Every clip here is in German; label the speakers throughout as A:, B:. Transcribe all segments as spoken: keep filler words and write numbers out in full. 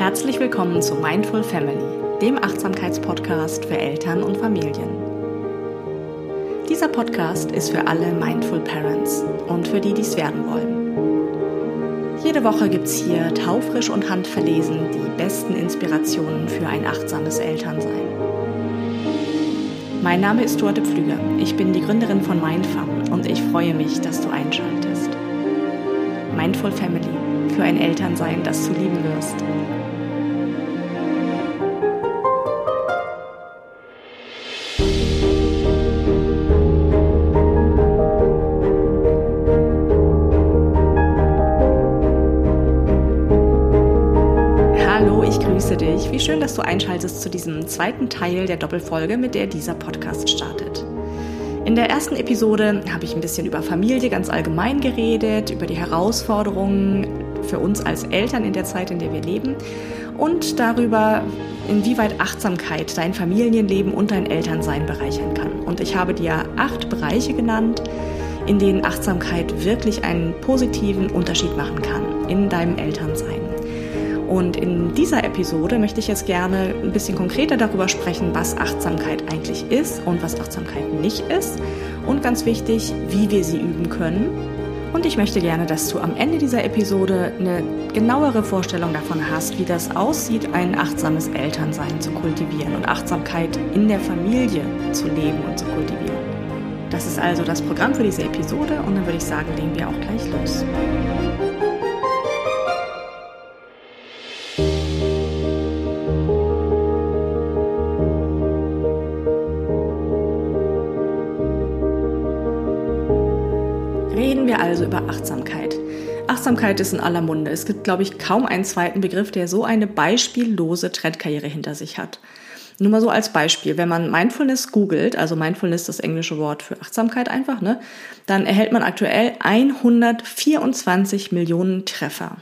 A: Herzlich willkommen zu Mindful Family, dem Achtsamkeitspodcast für Eltern und Familien. Dieser Podcast ist für alle Mindful Parents und für die, die es werden wollen. Jede Woche gibt's hier taufrisch und handverlesen die besten Inspirationen für ein achtsames Elternsein. Mein Name ist Dorte Pflüger, ich bin die Gründerin von Mindfam und ich freue mich, dass du einschaltest. Mindful Family, für ein Elternsein, das du lieben wirst. Dich. Wie schön, dass du einschaltest zu diesem zweiten Teil der Doppelfolge, mit der dieser Podcast startet. In der ersten Episode habe ich ein bisschen über Familie ganz allgemein geredet, über die Herausforderungen für uns als Eltern in der Zeit, in der wir leben und darüber, inwieweit Achtsamkeit dein Familienleben und dein Elternsein bereichern kann. Und ich habe dir acht Bereiche genannt, in denen Achtsamkeit wirklich einen positiven Unterschied machen kann in deinem Elternsein. Und in dieser Episode möchte ich jetzt gerne ein bisschen konkreter darüber sprechen, was Achtsamkeit eigentlich ist und was Achtsamkeit nicht ist. Und ganz wichtig, wie wir sie üben können. Und ich möchte gerne, dass du am Ende dieser Episode eine genauere Vorstellung davon hast, wie das aussieht, ein achtsames Elternsein zu kultivieren und Achtsamkeit in der Familie zu leben und zu kultivieren. Das ist also das Programm für diese Episode und dann würde ich sagen, legen wir auch gleich los. Reden wir also über Achtsamkeit. Achtsamkeit ist in aller Munde. Es gibt, glaube ich, kaum einen zweiten Begriff, der so eine beispiellose Trendkarriere hinter sich hat. Nur mal so als Beispiel, wenn man Mindfulness googelt, also Mindfulness das englische Wort für Achtsamkeit einfach, ne, dann erhält man aktuell hundertvierundzwanzig Millionen Treffer.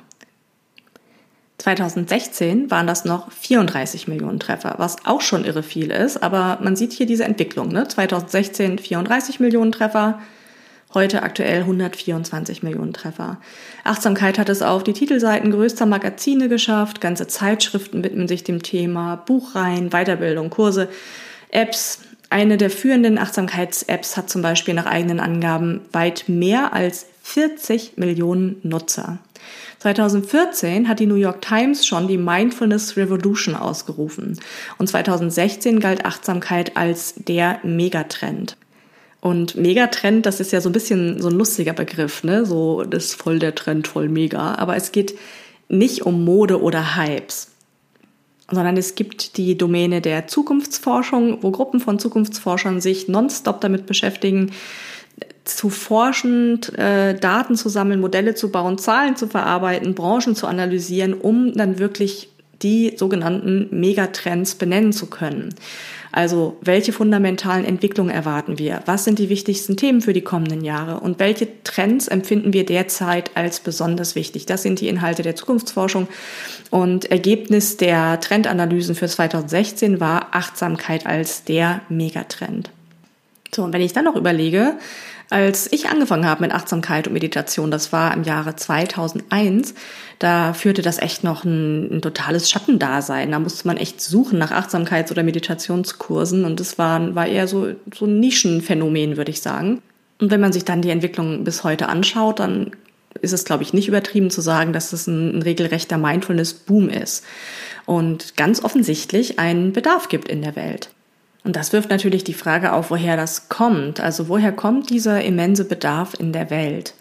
A: zweitausendsechzehn waren das noch vierunddreißig Millionen Treffer, was auch schon irre viel ist, aber man sieht hier diese Entwicklung, ne? zweitausendsechzehn vierunddreißig Millionen Treffer, heute aktuell hundertvierundzwanzig Millionen Treffer. Achtsamkeit hat es auf die Titelseiten größter Magazine geschafft, ganze Zeitschriften widmen sich dem Thema, Buchreihen, Weiterbildung, Kurse, Apps. Eine der führenden Achtsamkeits-Apps hat zum Beispiel nach eigenen Angaben weit mehr als vierzig Millionen Nutzer. zweitausendvierzehn hat die New York Times schon die Mindfulness Revolution ausgerufen und zweitausendsechzehn galt Achtsamkeit als der Megatrend. Und Megatrend, das ist ja so ein bisschen so ein lustiger Begriff, ne? So, das ist voll der Trend, voll mega. Aber es geht nicht um Mode oder Hypes, sondern es gibt die Domäne der Zukunftsforschung, wo Gruppen von Zukunftsforschern sich nonstop damit beschäftigen, zu forschen, äh, Daten zu sammeln, Modelle zu bauen, Zahlen zu verarbeiten, Branchen zu analysieren, um dann wirklich die sogenannten Megatrends benennen zu können. Also, welche fundamentalen Entwicklungen erwarten wir? Was sind die wichtigsten Themen für die kommenden Jahre? Und welche Trends empfinden wir derzeit als besonders wichtig? Das sind die Inhalte der Zukunftsforschung. Und Ergebnis der Trendanalysen für zweitausendsechzehn war Achtsamkeit als der Megatrend. So, und wenn ich dann noch überlege, als ich angefangen habe mit Achtsamkeit und Meditation, das war im Jahre zweitausendeins, da führte das echt noch ein, ein totales Schattendasein. Da musste man echt suchen nach Achtsamkeits- oder Meditationskursen und das war, war eher so, so ein Nischenphänomen, würde ich sagen. Und wenn man sich dann die Entwicklung bis heute anschaut, dann ist es, glaube ich, nicht übertrieben zu sagen, dass es ein, ein regelrechter Mindfulness-Boom ist und ganz offensichtlich einen Bedarf gibt in der Welt. Und das wirft natürlich die Frage auf, woher das kommt. Also woher kommt dieser immense Bedarf in der Welt?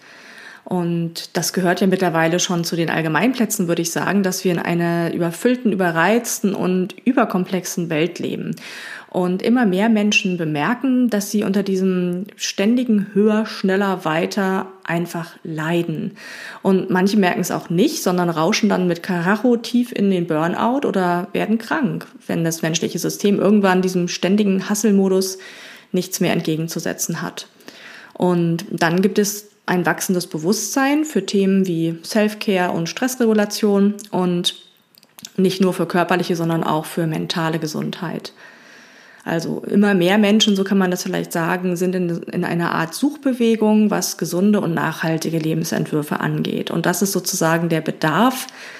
A: Und das gehört ja mittlerweile schon zu den Allgemeinplätzen, würde ich sagen, dass wir in einer überfüllten, überreizten und überkomplexen Welt leben. Und immer mehr Menschen bemerken, dass sie unter diesem ständigen Höher, Schneller, Weiter einfach leiden. Und manche merken es auch nicht, sondern rauschen dann mit Karacho tief in den Burnout oder werden krank, wenn das menschliche System irgendwann diesem ständigen Hustle-Modus nichts mehr entgegenzusetzen hat. Und dann gibt es ein wachsendes Bewusstsein für Themen wie Self-Care und Stressregulation und nicht nur für körperliche, sondern auch für mentale Gesundheit. Also immer mehr Menschen, so kann man das vielleicht sagen, sind in, in einer Art Suchbewegung, was gesunde und nachhaltige Lebensentwürfe angeht. Und das ist sozusagen der Bedarf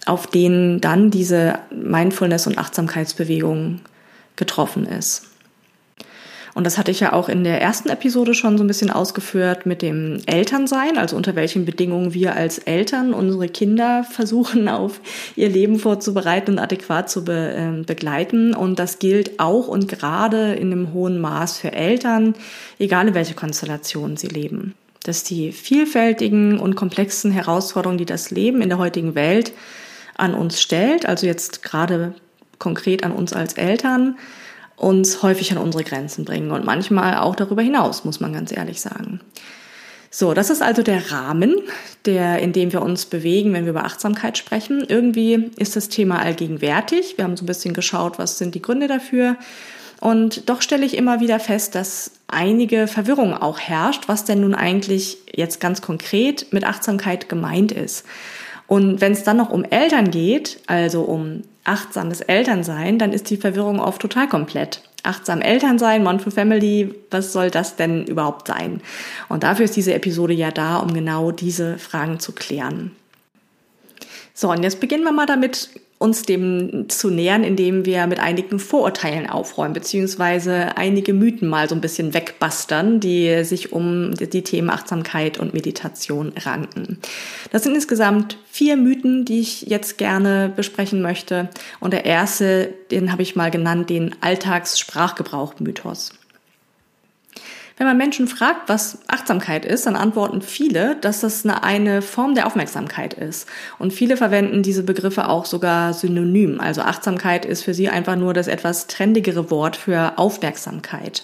A: auf denen dann diese Mindfulness- und Achtsamkeitsbewegung getroffen ist. Und das hatte ich ja auch in der ersten Episode schon so ein bisschen ausgeführt mit dem Elternsein, also unter welchen Bedingungen wir als Eltern unsere Kinder versuchen, auf ihr Leben vorzubereiten und adäquat zu be, äh, begleiten. Und das gilt auch und gerade in einem hohen Maß für Eltern, egal in welche Konstellation sie leben. Dass die vielfältigen und komplexen Herausforderungen, die das Leben in der heutigen Welt an uns stellt, also jetzt gerade konkret an uns als Eltern, uns häufig an unsere Grenzen bringen und manchmal auch darüber hinaus, muss man ganz ehrlich sagen. So, das ist also der Rahmen, der, in dem wir uns bewegen, wenn wir über Achtsamkeit sprechen. Irgendwie ist das Thema allgegenwärtig. Wir haben so ein bisschen geschaut, was sind die Gründe dafür. Und doch stelle ich immer wieder fest, dass einige Verwirrung auch herrscht, was denn nun eigentlich jetzt ganz konkret mit Achtsamkeit gemeint ist. Und wenn es dann noch um Eltern geht, also um achtsames Elternsein, dann ist die Verwirrung oft total komplett. Achtsam Elternsein, Mindful Family, was soll das denn überhaupt sein? Und dafür ist diese Episode ja da, um genau diese Fragen zu klären. So, und jetzt beginnen wir mal damit, uns dem zu nähern, indem wir mit einigen Vorurteilen aufräumen, beziehungsweise einige Mythen mal so ein bisschen wegbastern, die sich um die Themen Achtsamkeit und Meditation ranken. Das sind insgesamt vier Mythen, die ich jetzt gerne besprechen möchte. Und der erste, den habe ich mal genannt, den Alltagssprachgebrauch-Mythos. Wenn man Menschen fragt, was Achtsamkeit ist, dann antworten viele, dass das eine, eine Form der Aufmerksamkeit ist. Und viele verwenden diese Begriffe auch sogar synonym. Also Achtsamkeit ist für sie einfach nur das etwas trendigere Wort für Aufmerksamkeit.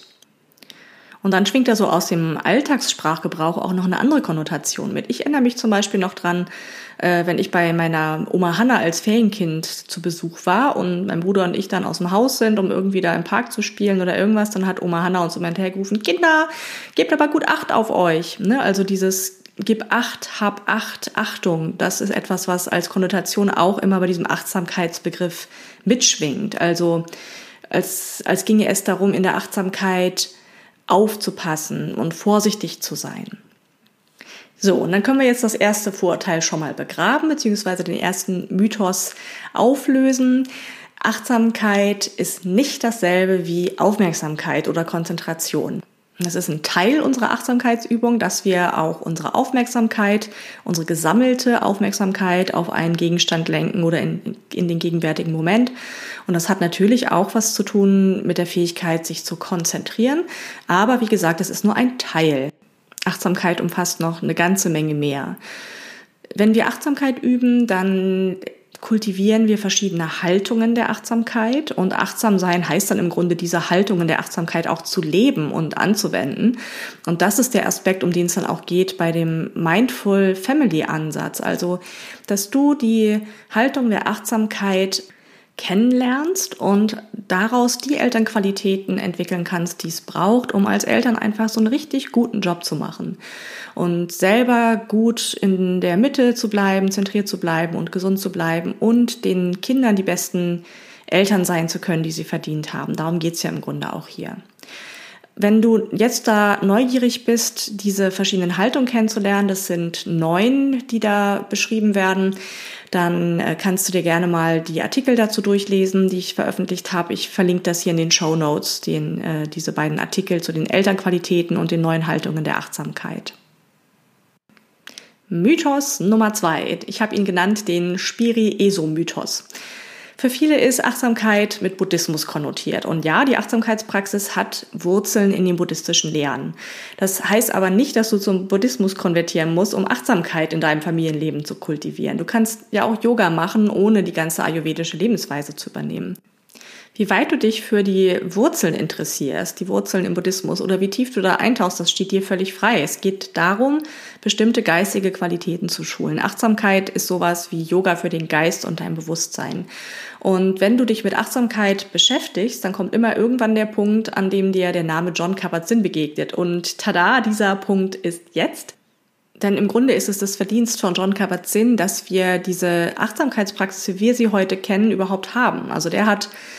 A: Und dann schwingt da so aus dem Alltagssprachgebrauch auch noch eine andere Konnotation mit. Ich erinnere mich zum Beispiel noch dran, äh, wenn ich bei meiner Oma Hanna als Ferienkind zu Besuch war und mein Bruder und ich dann aus dem Haus sind, um irgendwie da im Park zu spielen oder irgendwas, dann hat Oma Hanna uns immer hinterhergerufen, Kinder, gebt aber gut Acht auf euch. Ne? Also dieses Gib Acht, hab Acht, Achtung, das ist etwas, was als Konnotation auch immer bei diesem Achtsamkeitsbegriff mitschwingt. Also als, als ginge es darum, in der Achtsamkeit aufzupassen und vorsichtig zu sein. So, und dann können wir jetzt das erste Vorurteil schon mal begraben, beziehungsweise den ersten Mythos auflösen. Achtsamkeit ist nicht dasselbe wie Aufmerksamkeit oder Konzentration. Das ist ein Teil unserer Achtsamkeitsübung, dass wir auch unsere Aufmerksamkeit, unsere gesammelte Aufmerksamkeit auf einen Gegenstand lenken oder in, in den gegenwärtigen Moment. Und das hat natürlich auch was zu tun mit der Fähigkeit, sich zu konzentrieren. Aber wie gesagt, es ist nur ein Teil. Achtsamkeit umfasst noch eine ganze Menge mehr. Wenn wir Achtsamkeit üben, dann kultivieren wir verschiedene Haltungen der Achtsamkeit, und achtsam sein heißt dann im Grunde, diese Haltungen der Achtsamkeit auch zu leben und anzuwenden. Und das ist der Aspekt, um den es dann auch geht bei dem Mindful Family Ansatz. Also, dass du die Haltung der Achtsamkeit kennenlernst und daraus die Elternqualitäten entwickeln kannst, die es braucht, um als Eltern einfach so einen richtig guten Job zu machen und selber gut in der Mitte zu bleiben, zentriert zu bleiben und gesund zu bleiben und den Kindern die besten Eltern sein zu können, die sie verdient haben. Darum geht's ja im Grunde auch hier. Wenn du jetzt da neugierig bist, diese verschiedenen Haltungen kennenzulernen, das sind neun, die da beschrieben werden, dann kannst du dir gerne mal die Artikel dazu durchlesen, die ich veröffentlicht habe. Ich verlinke das hier in den Shownotes, den, äh, diese beiden Artikel zu den Elternqualitäten und den neuen Haltungen der Achtsamkeit. Mythos Nummer zwei. Ich habe ihn genannt den Spiri-Eso-Mythos. Für viele ist Achtsamkeit mit Buddhismus konnotiert. Und ja, die Achtsamkeitspraxis hat Wurzeln in den buddhistischen Lehren. Das heißt aber nicht, dass du zum Buddhismus konvertieren musst, um Achtsamkeit in deinem Familienleben zu kultivieren. Du kannst ja auch Yoga machen, ohne die ganze ayurvedische Lebensweise zu übernehmen. Wie weit du dich für die Wurzeln interessierst, die Wurzeln im Buddhismus, oder wie tief du da eintauchst, das steht dir völlig frei. Es geht darum, bestimmte geistige Qualitäten zu schulen. Achtsamkeit ist sowas wie Yoga für den Geist und dein Bewusstsein. Und wenn du dich mit Achtsamkeit beschäftigst, dann kommt immer irgendwann der Punkt, an dem dir der Name Jon Kabat-Zinn begegnet. Und tada, dieser Punkt ist jetzt. Denn im Grunde ist es das Verdienst von Jon Kabat-Zinn, dass wir diese Achtsamkeitspraxis, wie wir sie heute kennen, überhaupt haben. Also der hat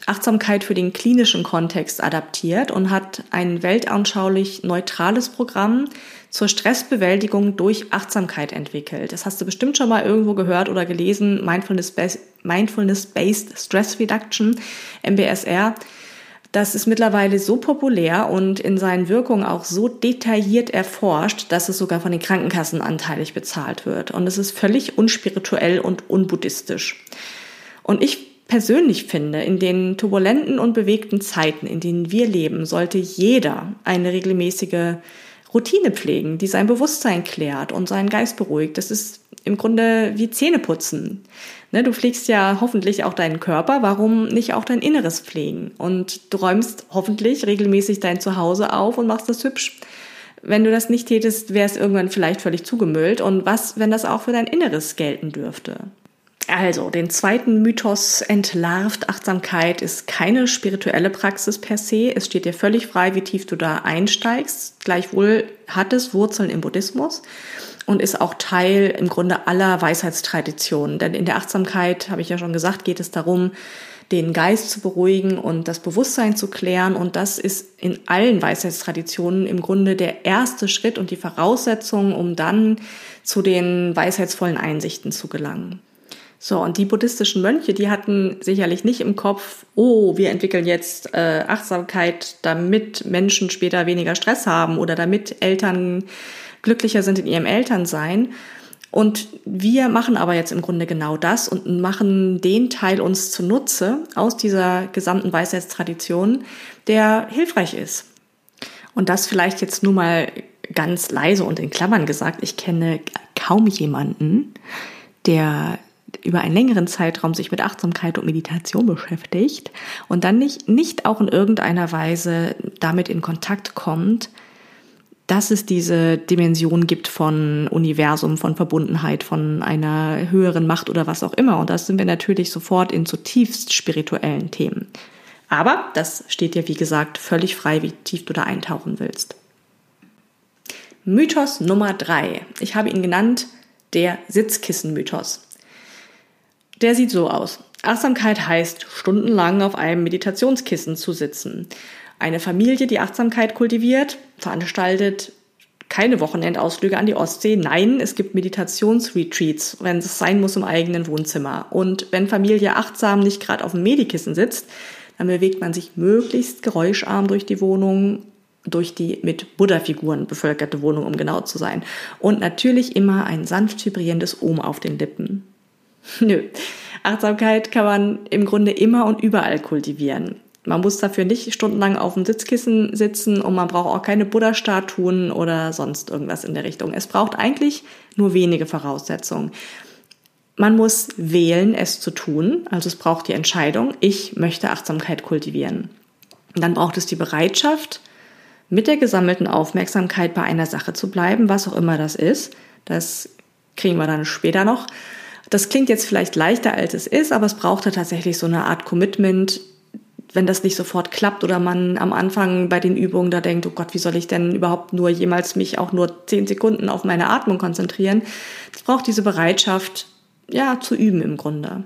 A: Achtsamkeit für den klinischen Kontext adaptiert und hat ein weltanschaulich neutrales Programm zur Stressbewältigung durch Achtsamkeit entwickelt. Das hast du bestimmt schon mal irgendwo gehört oder gelesen, Mindfulness-Based Mindfulness-Based Stress Reduction, M B S R. Das ist mittlerweile so populär und in seinen Wirkungen auch so detailliert erforscht, dass es sogar von den Krankenkassen anteilig bezahlt wird. Und es ist völlig unspirituell und unbuddhistisch. Und ich persönlich finde, in den turbulenten und bewegten Zeiten, in denen wir leben, sollte jeder eine regelmäßige Routine pflegen, die sein Bewusstsein klärt und seinen Geist beruhigt. Das ist im Grunde wie Zähneputzen. Ne, du pflegst ja hoffentlich auch deinen Körper, warum nicht auch dein Inneres pflegen? Und du räumst hoffentlich regelmäßig dein Zuhause auf und machst das hübsch. Wenn du das nicht tätest, wäre es irgendwann vielleicht völlig zugemüllt. Und was, wenn das auch für dein Inneres gelten dürfte? Also, den zweiten Mythos entlarvt. Achtsamkeit ist keine spirituelle Praxis per se. Es steht dir völlig frei, wie tief du da einsteigst. Gleichwohl hat es Wurzeln im Buddhismus und ist auch Teil im Grunde aller Weisheitstraditionen. Denn in der Achtsamkeit, habe ich ja schon gesagt, geht es darum, den Geist zu beruhigen und das Bewusstsein zu klären. Und das ist in allen Weisheitstraditionen im Grunde der erste Schritt und die Voraussetzung, um dann zu den weisheitsvollen Einsichten zu gelangen. So, und die buddhistischen Mönche, die hatten sicherlich nicht im Kopf, oh, wir entwickeln jetzt äh, Achtsamkeit, damit Menschen später weniger Stress haben oder damit Eltern glücklicher sind in ihrem Elternsein. Und wir machen aber jetzt im Grunde genau das und machen den Teil uns zunutze aus dieser gesamten Weisheitstradition, der hilfreich ist. Und das vielleicht jetzt nur mal ganz leise und in Klammern gesagt, ich kenne kaum jemanden, der über einen längeren Zeitraum sich mit Achtsamkeit und Meditation beschäftigt und dann nicht, nicht auch in irgendeiner Weise damit in Kontakt kommt, dass es diese Dimension gibt von Universum, von Verbundenheit, von einer höheren Macht oder was auch immer. Und da sind wir natürlich sofort in zutiefst spirituellen Themen. Aber das steht dir, wie gesagt, völlig frei, wie tief du da eintauchen willst. Mythos Nummer drei. Ich habe ihn genannt, der Sitzkissen-Mythos. Der sieht so aus. Achtsamkeit heißt, stundenlang auf einem Meditationskissen zu sitzen. Eine Familie, die Achtsamkeit kultiviert, veranstaltet keine Wochenendausflüge an die Ostsee. Nein, es gibt Meditationsretreats, wenn es sein muss, im eigenen Wohnzimmer. Und wenn Familie achtsam nicht gerade auf dem Medikissen sitzt, dann bewegt man sich möglichst geräuscharm durch die Wohnung, durch die mit Buddha-Figuren bevölkerte Wohnung, um genau zu sein. Und natürlich immer ein sanft vibrierendes Om auf den Lippen. Nö, Achtsamkeit kann man im Grunde immer und überall kultivieren. Man muss dafür nicht stundenlang auf dem Sitzkissen sitzen und man braucht auch keine Buddha-Statuen oder sonst irgendwas in der Richtung. Es braucht eigentlich nur wenige Voraussetzungen. Man muss wählen, es zu tun. Also es braucht die Entscheidung, ich möchte Achtsamkeit kultivieren. Und dann braucht es die Bereitschaft, mit der gesammelten Aufmerksamkeit bei einer Sache zu bleiben, was auch immer das ist. Das kriegen wir dann später noch. Das klingt jetzt vielleicht leichter, als es ist, aber es braucht ja tatsächlich so eine Art Commitment, wenn das nicht sofort klappt oder man am Anfang bei den Übungen da denkt, oh Gott, wie soll ich denn überhaupt nur jemals mich auch nur zehn Sekunden auf meine Atmung konzentrieren? Es braucht diese Bereitschaft, ja, zu üben im Grunde.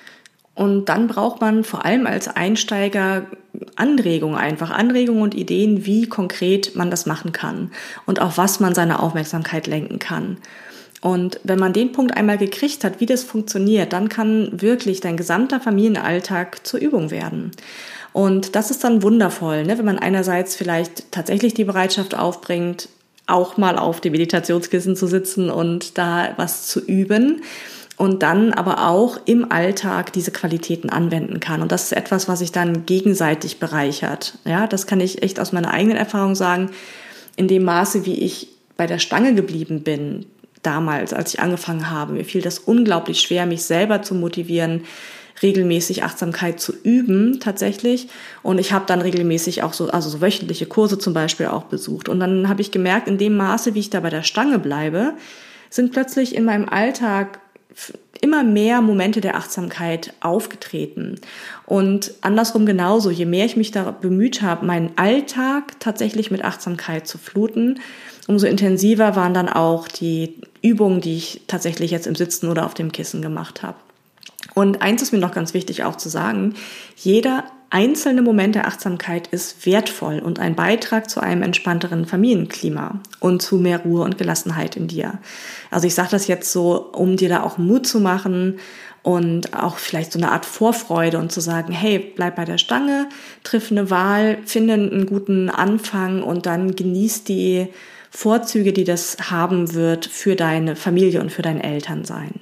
A: Und dann braucht man vor allem als Einsteiger Anregungen einfach, Anregungen und Ideen, wie konkret man das machen kann und auf was man seine Aufmerksamkeit lenken kann. Und wenn man den Punkt einmal gekriegt hat, wie das funktioniert, dann kann wirklich dein gesamter Familienalltag zur Übung werden. Und das ist dann wundervoll, ne? Wenn man einerseits vielleicht tatsächlich die Bereitschaft aufbringt, auch mal auf dem Meditationskissen zu sitzen und da was zu üben und dann aber auch im Alltag diese Qualitäten anwenden kann. Und das ist etwas, was sich dann gegenseitig bereichert. Ja, das kann ich echt aus meiner eigenen Erfahrung sagen. In dem Maße, wie ich bei der Stange geblieben bin, damals, als ich angefangen habe, mir fiel das unglaublich schwer, mich selber zu motivieren, regelmäßig Achtsamkeit zu üben, tatsächlich. Und ich habe dann regelmäßig auch so, also so wöchentliche Kurse zum Beispiel auch besucht. Und dann habe ich gemerkt, in dem Maße, wie ich da bei der Stange bleibe, sind plötzlich in meinem Alltag immer mehr Momente der Achtsamkeit aufgetreten. Und andersrum genauso, je mehr ich mich da bemüht habe, meinen Alltag tatsächlich mit Achtsamkeit zu fluten, umso intensiver waren dann auch die Übungen, die ich tatsächlich jetzt im Sitzen oder auf dem Kissen gemacht habe. Und eins ist mir noch ganz wichtig auch zu sagen, jeder einzelne Moment der Achtsamkeit ist wertvoll und ein Beitrag zu einem entspannteren Familienklima und zu mehr Ruhe und Gelassenheit in dir. Also ich sage das jetzt so, um dir da auch Mut zu machen und auch vielleicht so eine Art Vorfreude und zu sagen, hey, bleib bei der Stange, triff eine Wahl, finde einen guten Anfang und dann genieß die Vorzüge, die das haben wird für deine Familie und für dein Elternsein.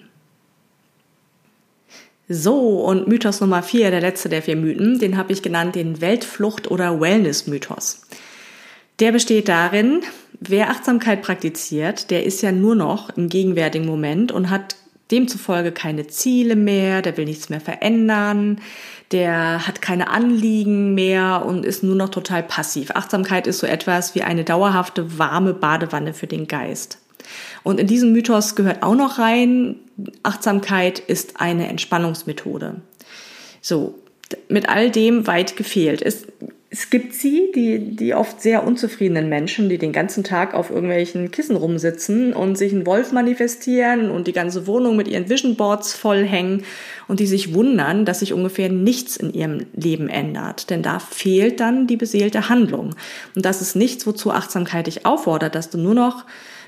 A: So, und Mythos Nummer vier, der letzte der vier Mythen, den habe ich genannt den Weltflucht- oder Wellness-Mythos. Der besteht darin, wer Achtsamkeit praktiziert, der ist ja nur noch im gegenwärtigen Moment und hat demzufolge keine Ziele mehr, der will nichts mehr verändern, der hat keine Anliegen mehr und ist nur noch total passiv. Achtsamkeit ist so etwas wie eine dauerhafte warme Badewanne für den Geist. Und in diesen Mythos gehört auch noch rein, Achtsamkeit ist eine Entspannungsmethode. So, mit all dem weit gefehlt. Es, es gibt sie, die, die oft sehr unzufriedenen Menschen, die den ganzen Tag auf irgendwelchen Kissen rumsitzen und sich einen Wolf manifestieren und die ganze Wohnung mit ihren Vision Boards vollhängen und die sich wundern, dass sich ungefähr nichts in ihrem Leben ändert. Denn da fehlt dann die beseelte Handlung. Und das ist nichts, wozu Achtsamkeit dich auffordert, dass du nur noch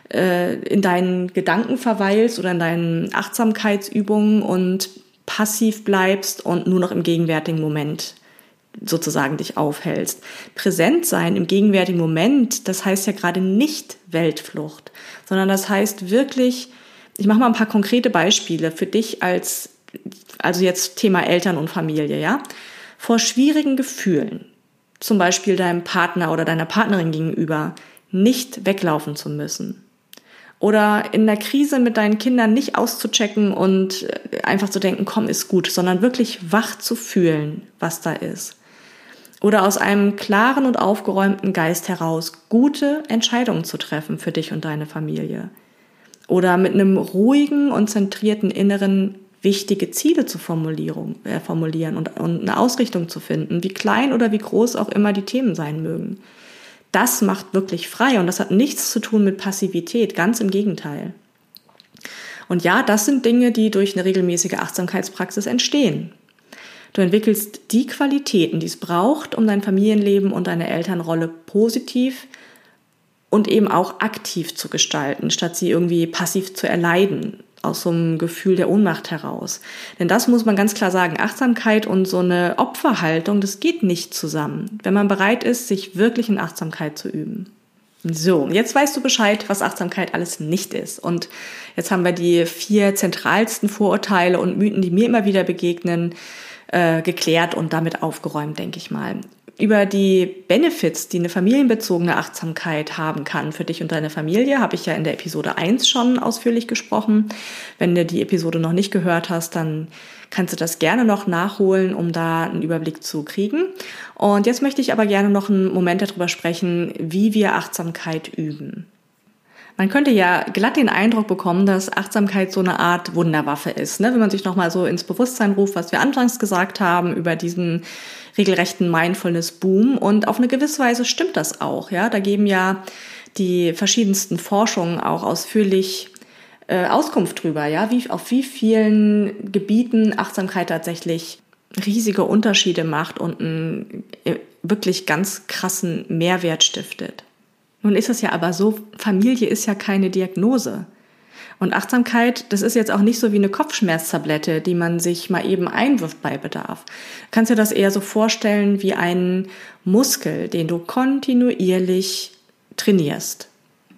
A: in deinen Gedanken verweilst oder in deinen Achtsamkeitsübungen und passiv bleibst und nur noch im gegenwärtigen Moment sozusagen dich aufhältst. Präsent sein im gegenwärtigen Moment, das heißt ja gerade nicht Weltflucht, sondern das heißt wirklich, ich mache mal ein paar konkrete Beispiele für dich als, also jetzt Thema Eltern und Familie, ja, vor schwierigen Gefühlen, zum Beispiel deinem Partner oder deiner Partnerin gegenüber, nicht weglaufen zu müssen. Oder in der Krise mit deinen Kindern nicht auszuchecken und einfach zu denken, komm, ist gut, sondern wirklich wach zu fühlen, was da ist. Oder aus einem klaren und aufgeräumten Geist heraus gute Entscheidungen zu treffen für dich und deine Familie. Oder mit einem ruhigen und zentrierten Inneren wichtige Ziele zu formulieren, äh, formulieren und, und eine Ausrichtung zu finden, wie klein oder wie groß auch immer die Themen sein mögen. Das macht wirklich frei und das hat nichts zu tun mit Passivität, ganz im Gegenteil. Und ja, das sind Dinge, die durch eine regelmäßige Achtsamkeitspraxis entstehen. Du entwickelst die Qualitäten, die es braucht, um dein Familienleben und deine Elternrolle positiv und eben auch aktiv zu gestalten, statt sie irgendwie passiv zu erleiden, aus so einem Gefühl der Ohnmacht heraus. Denn das muss man ganz klar sagen, Achtsamkeit und so eine Opferhaltung, das geht nicht zusammen, wenn man bereit ist, sich wirklich in Achtsamkeit zu üben. So, jetzt weißt du Bescheid, was Achtsamkeit alles nicht ist. Und jetzt haben wir die vier zentralsten Vorurteile und Mythen, die mir immer wieder begegnen, äh, geklärt und damit aufgeräumt, denke ich mal. Über die Benefits, die eine familienbezogene Achtsamkeit haben kann für dich und deine Familie, habe ich ja in der Episode eins schon ausführlich gesprochen. Wenn du die Episode noch nicht gehört hast, dann kannst du das gerne noch nachholen, um da einen Überblick zu kriegen. Und jetzt möchte ich aber gerne noch einen Moment darüber sprechen, wie wir Achtsamkeit üben. Man könnte ja glatt den Eindruck bekommen, dass Achtsamkeit so eine Art Wunderwaffe ist, ne? Wenn man sich nochmal so ins Bewusstsein ruft, was wir anfangs gesagt haben über diesen regelrechten Mindfulness-Boom. Und auf eine gewisse Weise stimmt das auch. Ja, da geben ja die verschiedensten Forschungen auch ausführlich äh, Auskunft drüber, ja, wie, auf wie vielen Gebieten Achtsamkeit tatsächlich riesige Unterschiede macht und einen äh, wirklich ganz krassen Mehrwert stiftet. Nun ist es ja aber so, Familie ist ja keine Diagnose. Und Achtsamkeit, das ist jetzt auch nicht so wie eine Kopfschmerztablette, die man sich mal eben einwirft bei Bedarf. Du kannst dir das eher so vorstellen wie einen Muskel, den du kontinuierlich trainierst.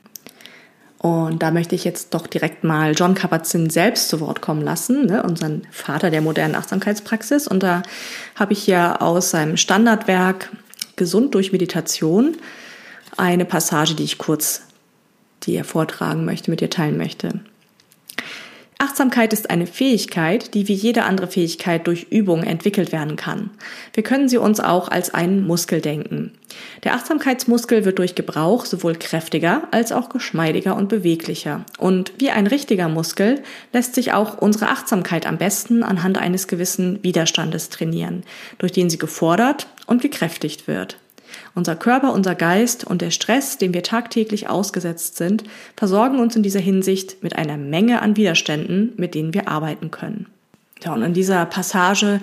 A: Und da möchte ich jetzt doch direkt mal Jon Kabat-Zinn selbst zu Wort kommen lassen, ne, unseren Vater der modernen Achtsamkeitspraxis. Und da habe ich ja aus seinem Standardwerk Gesund durch Meditation eine Passage, die ich kurz dir vortragen möchte, mit dir teilen möchte. Achtsamkeit ist eine Fähigkeit, die wie jede andere Fähigkeit durch Übung entwickelt werden kann. Wir können sie uns auch als einen Muskel denken. Der Achtsamkeitsmuskel wird durch Gebrauch sowohl kräftiger als auch geschmeidiger und beweglicher. Und wie ein richtiger Muskel lässt sich auch unsere Achtsamkeit am besten anhand eines gewissen Widerstandes trainieren, durch den sie gefordert und gekräftigt wird. Unser Körper, unser Geist und der Stress, dem wir tagtäglich ausgesetzt sind, versorgen uns in dieser Hinsicht mit einer Menge an Widerständen, mit denen wir arbeiten können. Ja, und in dieser Passage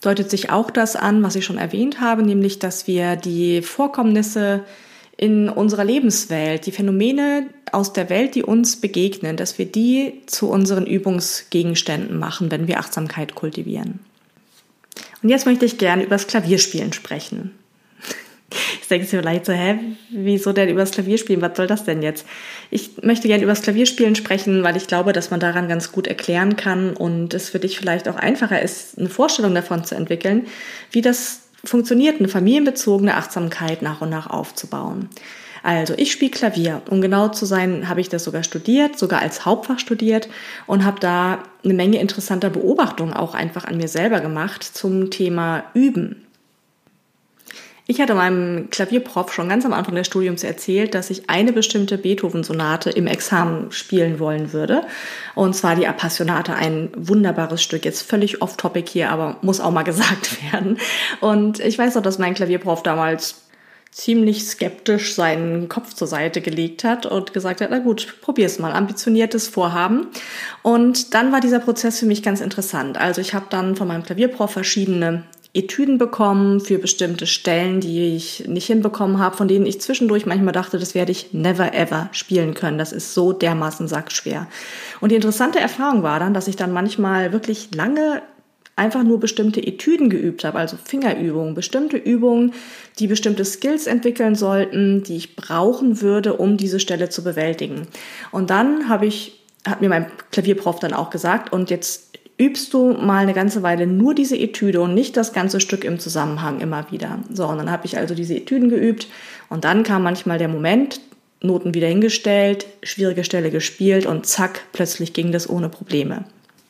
A: deutet sich auch das an, was ich schon erwähnt habe, nämlich, dass wir die Vorkommnisse in unserer Lebenswelt, die Phänomene aus der Welt, die uns begegnen, dass wir die zu unseren Übungsgegenständen machen, wenn wir Achtsamkeit kultivieren. Und jetzt möchte ich gerne über das Klavierspielen sprechen. Jetzt denkst du vielleicht so, hä, wieso denn über das Klavierspielen? Was soll das denn jetzt? Ich möchte gerne über das Klavierspielen sprechen, weil ich glaube, dass man daran ganz gut erklären kann und es für dich vielleicht auch einfacher ist, eine Vorstellung davon zu entwickeln, wie das funktioniert, eine familienbezogene Achtsamkeit nach und nach aufzubauen. Also ich spiele Klavier. Um genau zu sein, habe ich das sogar studiert, sogar als Hauptfach studiert und habe da eine Menge interessanter Beobachtungen auch einfach an mir selber gemacht zum Thema Üben. Ich hatte meinem Klavierprof schon ganz am Anfang des Studiums erzählt, dass ich eine bestimmte Beethoven-Sonate im Examen spielen wollen würde. Und zwar die Appassionata, ein wunderbares Stück. Jetzt völlig off-topic hier, aber muss auch mal gesagt werden. Und ich weiß auch, dass mein Klavierprof damals ziemlich skeptisch seinen Kopf zur Seite gelegt hat und gesagt hat, na gut, probier's mal, ambitioniertes Vorhaben. Und dann war dieser Prozess für mich ganz interessant. Also ich habe dann von meinem Klavierprof verschiedene Etüden bekommen für bestimmte Stellen, die ich nicht hinbekommen habe, von denen ich zwischendurch manchmal dachte, das werde ich never ever spielen können. Das ist so dermaßen sackschwer. Und die interessante Erfahrung war dann, dass ich dann manchmal wirklich lange einfach nur bestimmte Etüden geübt habe, also Fingerübungen, bestimmte Übungen, die bestimmte Skills entwickeln sollten, die ich brauchen würde, um diese Stelle zu bewältigen. Und dann habe ich, hat mir mein Klavierprof dann auch gesagt, und jetzt übst du mal eine ganze Weile nur diese Etüde und nicht das ganze Stück im Zusammenhang immer wieder. So, und dann habe ich also diese Etüden geübt und dann kam manchmal der Moment, Noten wieder hingestellt, schwierige Stelle gespielt und zack, plötzlich ging das ohne Probleme.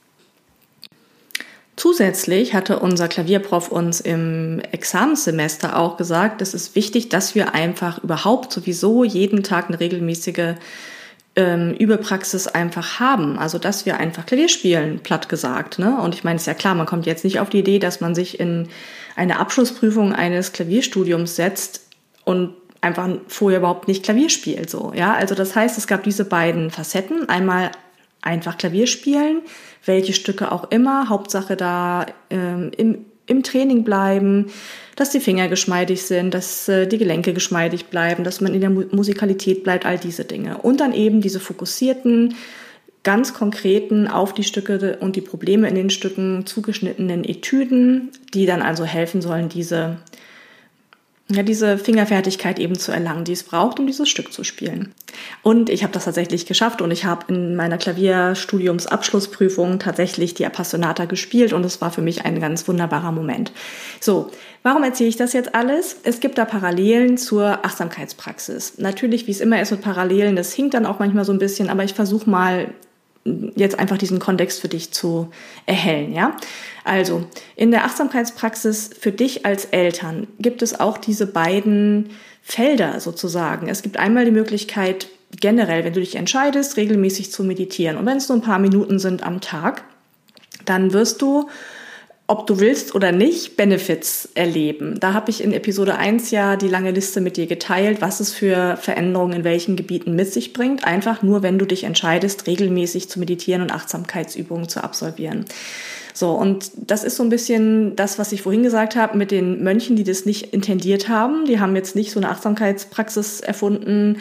A: Zusätzlich hatte unser Klavierprof uns im Examenssemester auch gesagt, es ist wichtig, dass wir einfach überhaupt sowieso jeden Tag eine regelmäßige ähm, Übepraxis einfach haben. Also dass wir einfach Klavier spielen, platt gesagt. Ne? Und ich meine, ist ja klar, man kommt jetzt nicht auf die Idee, dass man sich in eine Abschlussprüfung eines Klavierstudiums setzt und einfach vorher überhaupt nicht Klavier spielt. So, ja? Also das heißt, es gab diese beiden Facetten. Einmal einfach Klavier spielen, welche Stücke auch immer, Hauptsache da ähm, im, im Training bleiben, dass die Finger geschmeidig sind, dass äh, die Gelenke geschmeidig bleiben, dass man in der Mu- Musikalität bleibt, all diese Dinge. Und dann eben diese fokussierten, ganz konkreten, auf die Stücke und die Probleme in den Stücken zugeschnittenen Etüden, die dann also helfen sollen, diese ja, diese Fingerfertigkeit eben zu erlangen, die es braucht, um dieses Stück zu spielen. Und ich habe das tatsächlich geschafft und ich habe in meiner Klavierstudiumsabschlussprüfung tatsächlich die Appassionata gespielt und es war für mich ein ganz wunderbarer Moment. So, warum erzähle ich das jetzt alles? Es gibt da Parallelen zur Achtsamkeitspraxis. Natürlich, wie es immer ist mit Parallelen, das hinkt dann auch manchmal so ein bisschen, aber ich versuche mal jetzt einfach diesen Kontext für dich zu erhellen, ja? Also, in der Achtsamkeitspraxis für dich als Eltern gibt es auch diese beiden Felder sozusagen. Es gibt einmal die Möglichkeit, generell, wenn du dich entscheidest, regelmäßig zu meditieren. Und wenn es nur ein paar Minuten sind am Tag, dann wirst du, ob du willst oder nicht, Benefits erleben. Da habe ich in Episode eins ja die lange Liste mit dir geteilt, was es für Veränderungen in welchen Gebieten mit sich bringt. Einfach nur, wenn du dich entscheidest, regelmäßig zu meditieren und Achtsamkeitsübungen zu absolvieren. So, und das ist so ein bisschen das, was ich vorhin gesagt habe, mit den Mönchen, die das nicht intendiert haben. Die haben jetzt nicht so eine Achtsamkeitspraxis erfunden,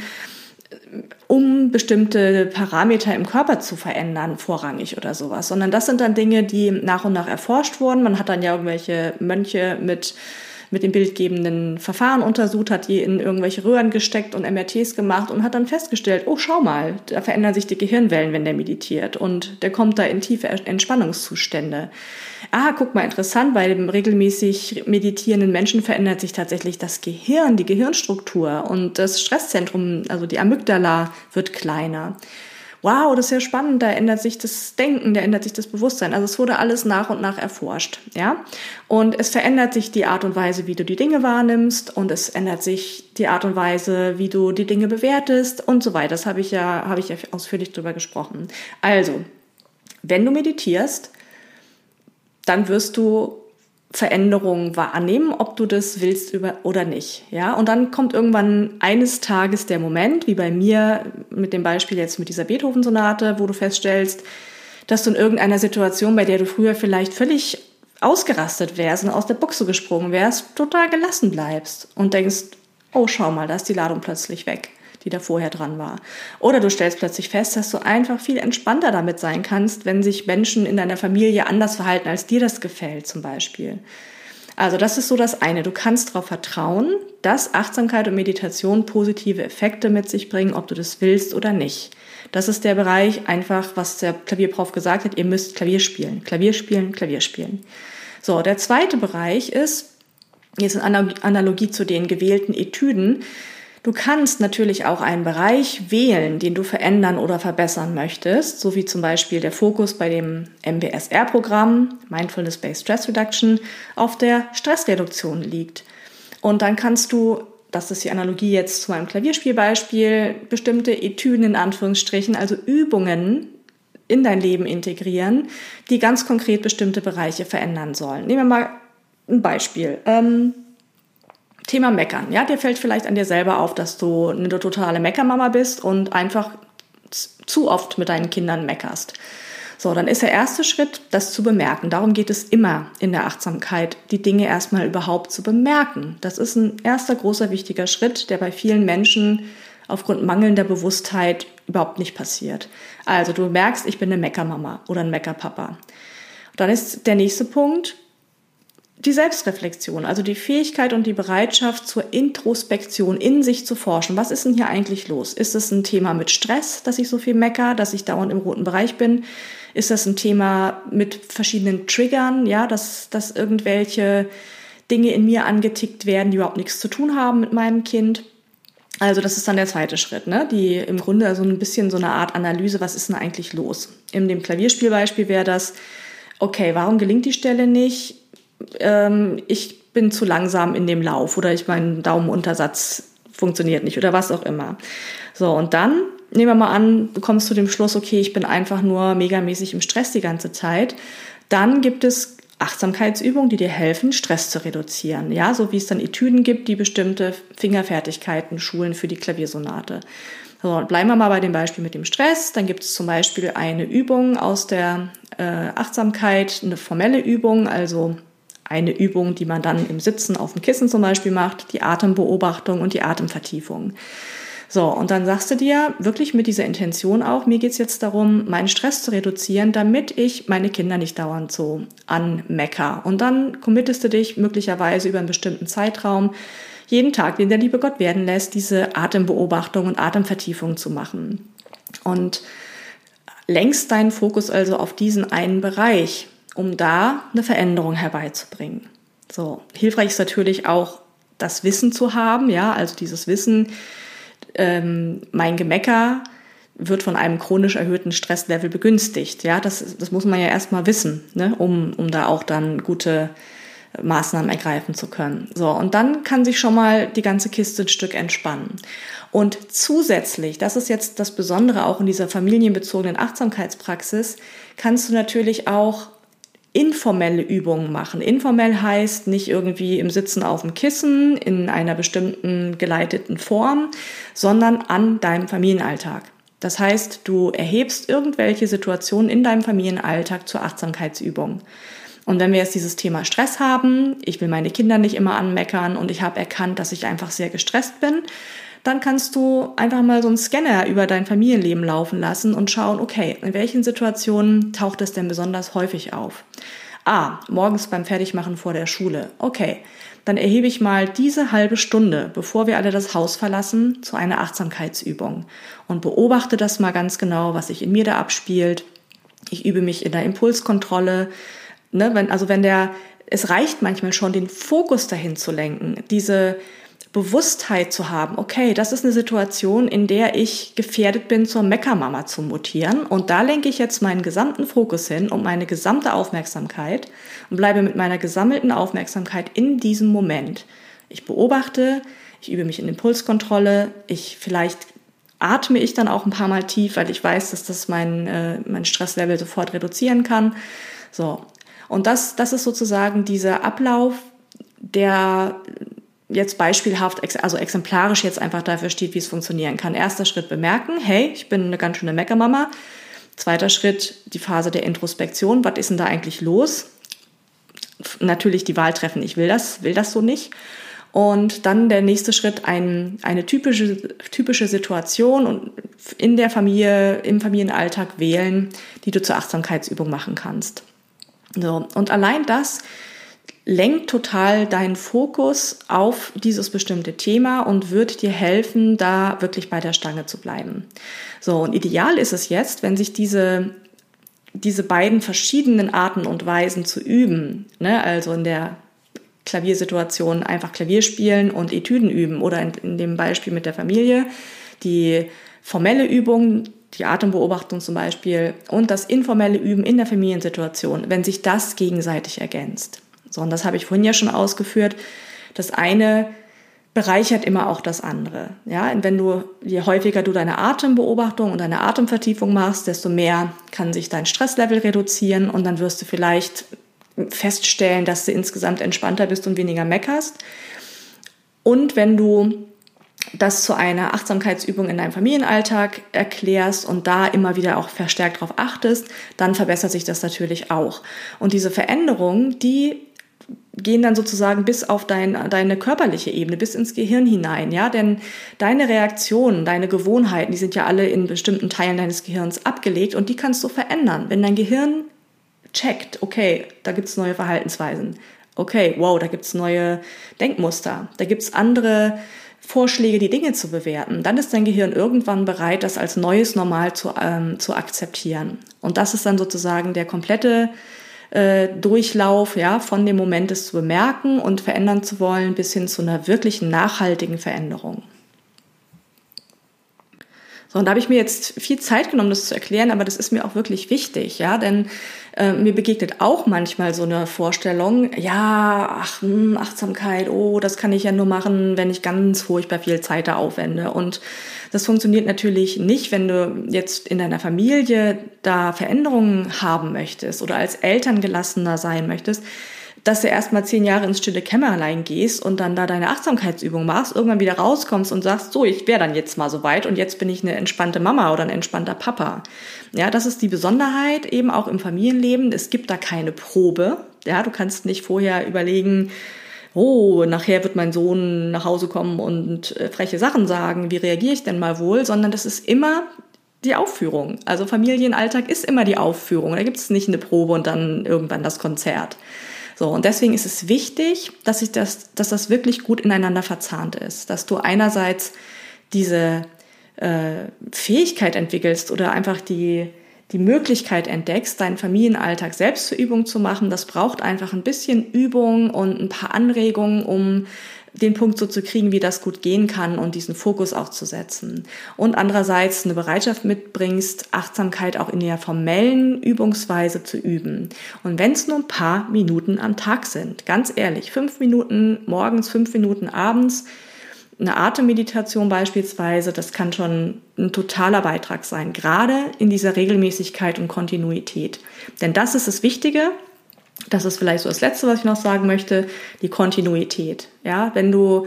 A: um bestimmte Parameter im Körper zu verändern, vorrangig oder sowas, sondern das sind dann Dinge, die nach und nach erforscht wurden. Man hat dann ja irgendwelche Mönche mit mit den bildgebenden Verfahren untersucht, hat die in irgendwelche Röhren gesteckt und M R Ts gemacht und hat dann festgestellt, oh, schau mal, da verändern sich die Gehirnwellen, wenn der meditiert und der kommt da in tiefe Entspannungszustände. Ah, guck mal, interessant, bei dem regelmäßig meditierenden Menschen verändert sich tatsächlich das Gehirn, die Gehirnstruktur und das Stresszentrum, also die Amygdala, wird kleiner. Wow, das ist ja spannend, da ändert sich das Denken, da ändert sich das Bewusstsein. Also es wurde alles nach und nach erforscht, ja. Und es verändert sich die Art und Weise, wie du die Dinge wahrnimmst und es ändert sich die Art und Weise, wie du die Dinge bewertest und so weiter. Das habe ich ja, habe ich ja ausführlich drüber gesprochen. Also, wenn du meditierst, dann wirst du Veränderungen wahrnehmen, ob du das willst oder nicht, ja. Und dann kommt irgendwann eines Tages der Moment, wie bei mir mit dem Beispiel jetzt mit dieser Beethoven-Sonate, wo du feststellst, dass du in irgendeiner Situation, bei der du früher vielleicht völlig ausgerastet wärst und aus der Buchse gesprungen wärst, total gelassen bleibst und denkst, oh, schau mal, da ist die Ladung plötzlich weg, die da vorher dran war. Oder du stellst plötzlich fest, dass du einfach viel entspannter damit sein kannst, wenn sich Menschen in deiner Familie anders verhalten, als dir das gefällt zum Beispiel. Also das ist so das eine. Du kannst darauf vertrauen, dass Achtsamkeit und Meditation positive Effekte mit sich bringen, ob du das willst oder nicht. Das ist der Bereich einfach, was der Klavierprof gesagt hat, ihr müsst Klavier spielen, Klavier spielen, Klavier spielen. So, der zweite Bereich ist, jetzt in Analogie zu den gewählten Etüden, du kannst natürlich auch einen Bereich wählen, den du verändern oder verbessern möchtest, so wie zum Beispiel der Fokus bei dem M B S R-Programm, Mindfulness-Based Stress Reduction, auf der Stressreduktion liegt. Und dann kannst du, das ist die Analogie jetzt zu meinem Klavierspielbeispiel, bestimmte Etüden in Anführungsstrichen, also Übungen in dein Leben integrieren, die ganz konkret bestimmte Bereiche verändern sollen. Nehmen wir mal ein Beispiel. Ähm, Thema Meckern. Ja, dir fällt vielleicht an dir selber auf, dass du eine totale Meckermama bist und einfach zu oft mit deinen Kindern meckerst. So, dann ist der erste Schritt, das zu bemerken. Darum geht es immer in der Achtsamkeit, die Dinge erstmal überhaupt zu bemerken. Das ist ein erster großer wichtiger Schritt, der bei vielen Menschen aufgrund mangelnder Bewusstheit überhaupt nicht passiert. Also du merkst, ich bin eine Meckermama oder ein Meckerpapa. Dann ist der nächste Punkt die Selbstreflexion, also die Fähigkeit und die Bereitschaft zur Introspektion, in sich zu forschen. Was ist denn hier eigentlich los? Ist es ein Thema mit Stress, dass ich so viel mecker, dass ich dauernd im roten Bereich bin? Ist das ein Thema mit verschiedenen Triggern, ja, dass, dass irgendwelche Dinge in mir angetickt werden, die überhaupt nichts zu tun haben mit meinem Kind? Also das ist dann der zweite Schritt, ne? Die im Grunde so ein bisschen so eine Art Analyse, was ist denn eigentlich los? In dem Klavierspielbeispiel wäre das, okay, warum gelingt die Stelle nicht? Ähm, ich bin zu langsam in dem Lauf oder ich mein Daumenuntersatz funktioniert nicht oder was auch immer. So, und dann nehmen wir mal an, du kommst zu dem Schluss, okay, ich bin einfach nur megamäßig im Stress die ganze Zeit. Dann gibt es Achtsamkeitsübungen, die dir helfen, Stress zu reduzieren. Ja, so wie es dann Etüden gibt, die bestimmte Fingerfertigkeiten schulen für die Klaviersonate. So, bleiben wir mal bei dem Beispiel mit dem Stress. Dann gibt es zum Beispiel eine Übung aus der äh, Achtsamkeit, eine formelle Übung, also eine Übung, die man dann im Sitzen auf dem Kissen zum Beispiel macht, die Atembeobachtung und die Atemvertiefung. So, und dann sagst du dir wirklich mit dieser Intention auch, mir geht's jetzt darum, meinen Stress zu reduzieren, damit ich meine Kinder nicht dauernd so anmecker. Und dann committest du dich möglicherweise über einen bestimmten Zeitraum, jeden Tag, den der liebe Gott werden lässt, diese Atembeobachtung und Atemvertiefung zu machen. Und lenkst deinen Fokus also auf diesen einen Bereich, um da eine Veränderung herbeizubringen. So, hilfreich ist natürlich auch, das Wissen zu haben, ja, also dieses Wissen, ähm, mein Gemecker wird von einem chronisch erhöhten Stresslevel begünstigt. Ja, das, das muss man ja erstmal wissen, ne, um, um da auch dann gute Maßnahmen ergreifen zu können. So, und dann kann sich schon mal die ganze Kiste ein Stück entspannen. Und zusätzlich, das ist jetzt das Besondere auch in dieser familienbezogenen Achtsamkeitspraxis, kannst du natürlich auch informelle Übungen machen. Informell heißt nicht irgendwie im Sitzen auf dem Kissen in einer bestimmten geleiteten Form, sondern an deinem Familienalltag. Das heißt, du erhebst irgendwelche Situationen in deinem Familienalltag zur Achtsamkeitsübung. Und wenn wir jetzt dieses Thema Stress haben, ich will meine Kinder nicht immer anmeckern und ich habe erkannt, dass ich einfach sehr gestresst bin, dann kannst du einfach mal so einen Scanner über dein Familienleben laufen lassen und schauen, okay, in welchen Situationen taucht es denn besonders häufig auf? Ah, morgens beim Fertigmachen vor der Schule. Okay, dann erhebe ich mal diese halbe Stunde, bevor wir alle das Haus verlassen, zu einer Achtsamkeitsübung und beobachte das mal ganz genau, was sich in mir da abspielt. Ich übe mich in der Impulskontrolle. Ne, wenn, also wenn der, es reicht manchmal schon, den Fokus dahin zu lenken, diese Bewusstheit zu haben, okay, das ist eine Situation, in der ich gefährdet bin, zur Meckermama zu mutieren. Und da lenke ich jetzt meinen gesamten Fokus hin und meine gesamte Aufmerksamkeit und bleibe mit meiner gesammelten Aufmerksamkeit in diesem Moment. Ich beobachte, ich übe mich in Impulskontrolle, ich vielleicht atme ich dann auch ein paar Mal tief, weil ich weiß, dass das mein, äh, mein Stresslevel sofort reduzieren kann. So. Und das, das ist sozusagen dieser Ablauf, der jetzt beispielhaft, also exemplarisch jetzt einfach dafür steht, wie es funktionieren kann. Erster Schritt bemerken, hey, ich bin eine ganz schöne Meckermama. Zweiter Schritt, die Phase der Introspektion, was ist denn da eigentlich los? natürlich die Wahl treffen, ich will das, will das so nicht. Und dann der nächste Schritt, ein, eine typische, typische Situation und in der Familie, im Familienalltag wählen, die du zur Achtsamkeitsübung machen kannst. So. Und allein das lenkt total deinen Fokus auf dieses bestimmte Thema und wird dir helfen, da wirklich bei der Stange zu bleiben. So. Und ideal ist es jetzt, wenn sich diese, diese beiden verschiedenen Arten und Weisen zu üben, ne, also in der Klaviersituation einfach Klavier spielen und Etüden üben oder in, in dem Beispiel mit der Familie die formelle Übung, die Atembeobachtung zum Beispiel und das informelle Üben in der Familiensituation, wenn sich das gegenseitig ergänzt. So, und das habe ich vorhin ja schon ausgeführt. Das eine bereichert immer auch das andere. Ja, und wenn du, je häufiger du deine Atembeobachtung und deine Atemvertiefung machst, desto mehr kann sich dein Stresslevel reduzieren und dann wirst du vielleicht feststellen, dass du insgesamt entspannter bist und weniger meckerst. Und wenn du das zu einer Achtsamkeitsübung in deinem Familienalltag erklärst und da immer wieder auch verstärkt darauf achtest, dann verbessert sich das natürlich auch. Und diese Veränderungen, die gehen dann sozusagen bis auf dein, deine körperliche Ebene, bis ins Gehirn hinein, ja, denn deine Reaktionen, deine Gewohnheiten, die sind ja alle in bestimmten Teilen deines Gehirns abgelegt und die kannst du verändern. Wenn dein Gehirn checkt, okay, da gibt's neue Verhaltensweisen, okay, wow, da gibt's neue Denkmuster, da gibt's andere Vorschläge, die Dinge zu bewerten, dann ist dein Gehirn irgendwann bereit, das als neues Normal zu, ähm, zu akzeptieren. Und das ist dann sozusagen der komplette äh, Durchlauf, ja, von dem Moment, es zu bemerken und verändern zu wollen, bis hin zu einer wirklichen nachhaltigen Veränderung. So, und da habe ich mir jetzt viel Zeit genommen, das zu erklären, aber das ist mir auch wirklich wichtig, ja, denn äh, mir begegnet auch manchmal so eine Vorstellung, ja, ach, hm, Achtsamkeit, oh, das kann ich ja nur machen, wenn ich ganz furchtbar viel Zeit da aufwende. Und das funktioniert natürlich nicht, wenn du jetzt in deiner Familie da Veränderungen haben möchtest oder als Eltern gelassener sein möchtest, dass du erstmal zehn Jahre ins stille Kämmerlein gehst und dann da deine Achtsamkeitsübung machst, irgendwann wieder rauskommst und sagst, so, ich wäre dann jetzt mal so weit und jetzt bin ich eine entspannte Mama oder ein entspannter Papa. Ja, das ist die Besonderheit eben auch im Familienleben. Es gibt da keine Probe. Ja, du kannst nicht vorher überlegen, oh, nachher wird mein Sohn nach Hause kommen und äh, freche Sachen sagen, wie reagiere ich denn mal wohl, sondern das ist immer die Aufführung. Also Familienalltag ist immer die Aufführung. Da gibt es nicht eine Probe und dann irgendwann das Konzert. So, und deswegen ist es wichtig, dass ich das, dass das wirklich gut ineinander verzahnt ist, dass du einerseits diese äh, Fähigkeit entwickelst oder einfach die die Möglichkeit entdeckst, deinen Familienalltag selbst zur Übung zu machen. Das braucht einfach ein bisschen Übung und ein paar Anregungen, um den Punkt so zu kriegen, wie das gut gehen kann und diesen Fokus auch zu setzen. Und andererseits eine Bereitschaft mitbringst, Achtsamkeit auch in der formellen Übungsweise zu üben. Und wenn es nur ein paar Minuten am Tag sind, ganz ehrlich, fünf Minuten morgens, fünf Minuten abends, eine Atemmeditation beispielsweise, das kann schon ein totaler Beitrag sein, gerade in dieser Regelmäßigkeit und Kontinuität. Denn das ist das Wichtige. Das ist vielleicht so das Letzte, was ich noch sagen möchte, die Kontinuität. Ja, wenn du,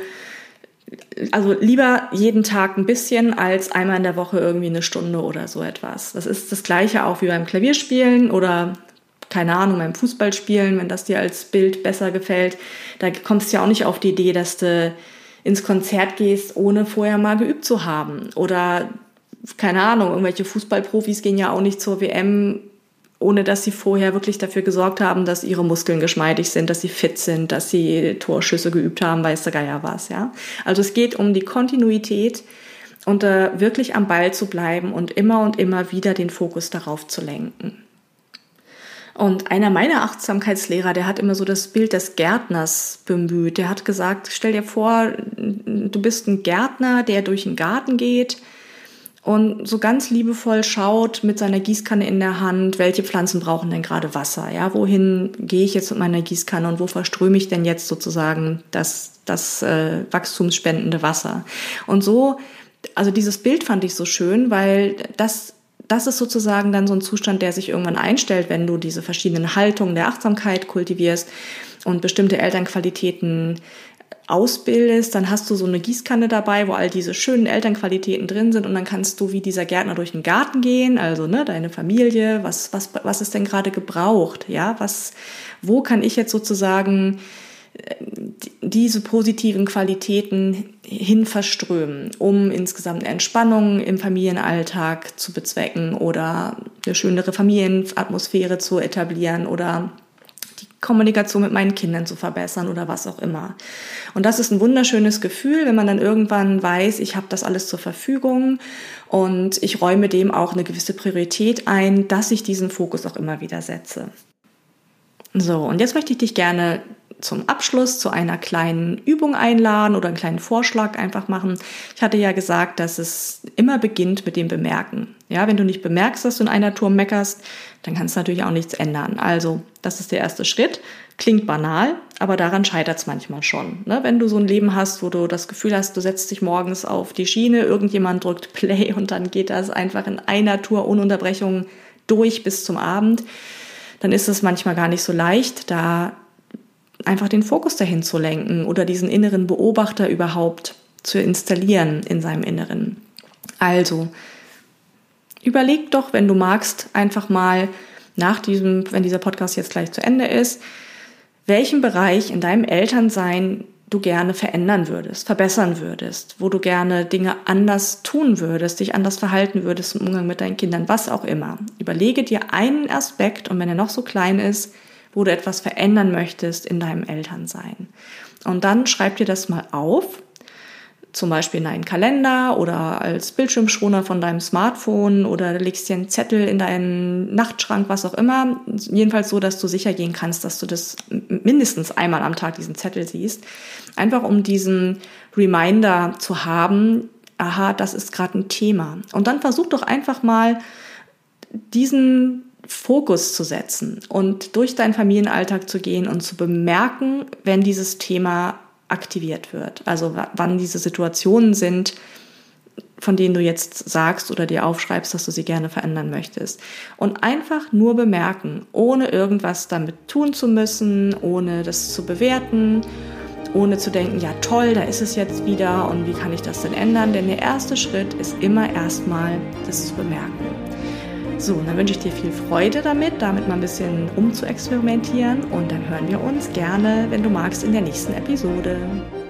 A: also lieber jeden Tag ein bisschen als einmal in der Woche irgendwie eine Stunde oder so etwas. Das ist das Gleiche auch wie beim Klavierspielen oder, keine Ahnung, beim Fußballspielen, wenn das dir als Bild besser gefällt. Da kommst du ja auch nicht auf die Idee, dass du ins Konzert gehst, ohne vorher mal geübt zu haben. Oder, keine Ahnung, irgendwelche Fußballprofis gehen ja auch nicht zur W M, ohne dass sie vorher wirklich dafür gesorgt haben, dass ihre Muskeln geschmeidig sind, dass sie fit sind, dass sie Torschüsse geübt haben, weiß der Geier was, ja. Also es geht um die Kontinuität und äh, wirklich am Ball zu bleiben und immer und immer wieder den Fokus darauf zu lenken. Und einer meiner Achtsamkeitslehrer, der hat immer so das Bild des Gärtners bemüht. Der hat gesagt, stell dir vor, du bist ein Gärtner, der durch den Garten geht und so ganz liebevoll schaut mit seiner Gießkanne in der Hand, welche Pflanzen brauchen denn gerade Wasser? Ja, wohin gehe ich jetzt mit meiner Gießkanne und wo verströme ich denn jetzt sozusagen das, das äh, wachstumsspendende Wasser? Und so, also dieses Bild fand ich so schön, weil das Das ist sozusagen dann so ein Zustand, der sich irgendwann einstellt, wenn du diese verschiedenen Haltungen der Achtsamkeit kultivierst und bestimmte Elternqualitäten ausbildest, dann hast du so eine Gießkanne dabei, wo all diese schönen Elternqualitäten drin sind und dann kannst du wie dieser Gärtner durch den Garten gehen, also ne, deine Familie, was was was ist denn gerade gebraucht, ja, was wo kann ich jetzt sozusagen diese positiven Qualitäten hin verströmen, um insgesamt eine Entspannung im Familienalltag zu bezwecken oder eine schönere Familienatmosphäre zu etablieren oder die Kommunikation mit meinen Kindern zu verbessern oder was auch immer. Und das ist ein wunderschönes Gefühl, wenn man dann irgendwann weiß, ich habe das alles zur Verfügung und ich räume dem auch eine gewisse Priorität ein, dass ich diesen Fokus auch immer wieder setze. So, und jetzt möchte ich dich gerne zum Abschluss zu einer kleinen Übung einladen oder einen kleinen Vorschlag einfach machen. Ich hatte ja gesagt, dass es immer beginnt mit dem Bemerken. Ja, wenn du nicht bemerkst, dass du in einer Tour meckerst, dann kannst du natürlich auch nichts ändern. Also, das ist der erste Schritt. Klingt banal, aber daran scheitert es manchmal schon. Ne? Wenn du so ein Leben hast, wo du das Gefühl hast, du setzt dich morgens auf die Schiene, irgendjemand drückt Play und dann geht das einfach in einer Tour ohne Unterbrechung durch bis zum Abend, dann ist es manchmal gar nicht so leicht, da einfach den Fokus dahin zu lenken oder diesen inneren Beobachter überhaupt zu installieren in seinem Inneren. Also, überleg doch, wenn du magst, einfach mal nach diesem, wenn dieser Podcast jetzt gleich zu Ende ist, welchen Bereich in deinem Elternsein du gerne verändern würdest, verbessern würdest, wo du gerne Dinge anders tun würdest, dich anders verhalten würdest im Umgang mit deinen Kindern, was auch immer. Überlege dir einen Aspekt und wenn er noch so klein ist, wo du etwas verändern möchtest in deinem Elternsein. Und dann schreib dir das mal auf, zum Beispiel in einen Kalender oder als Bildschirmschoner von deinem Smartphone oder legst dir einen Zettel in deinen Nachtschrank, was auch immer. Jedenfalls so, dass du sicher gehen kannst, dass du das mindestens einmal am Tag diesen Zettel siehst. Einfach um diesen Reminder zu haben, aha, das ist gerade ein Thema. Und dann versuch doch einfach mal diesen Fokus zu setzen und durch deinen Familienalltag zu gehen und zu bemerken, wenn dieses Thema aktiviert wird. Also wann diese Situationen sind, von denen du jetzt sagst oder dir aufschreibst, dass du sie gerne verändern möchtest. Und einfach nur bemerken, ohne irgendwas damit tun zu müssen, ohne das zu bewerten, ohne zu denken, ja toll, da ist es jetzt wieder und wie kann ich das denn ändern? Denn der erste Schritt ist immer erstmal, das zu bemerken. So, dann wünsche ich dir viel Freude damit, damit mal ein bisschen rumzuexperimentieren und dann hören wir uns gerne, wenn du magst, in der nächsten Episode.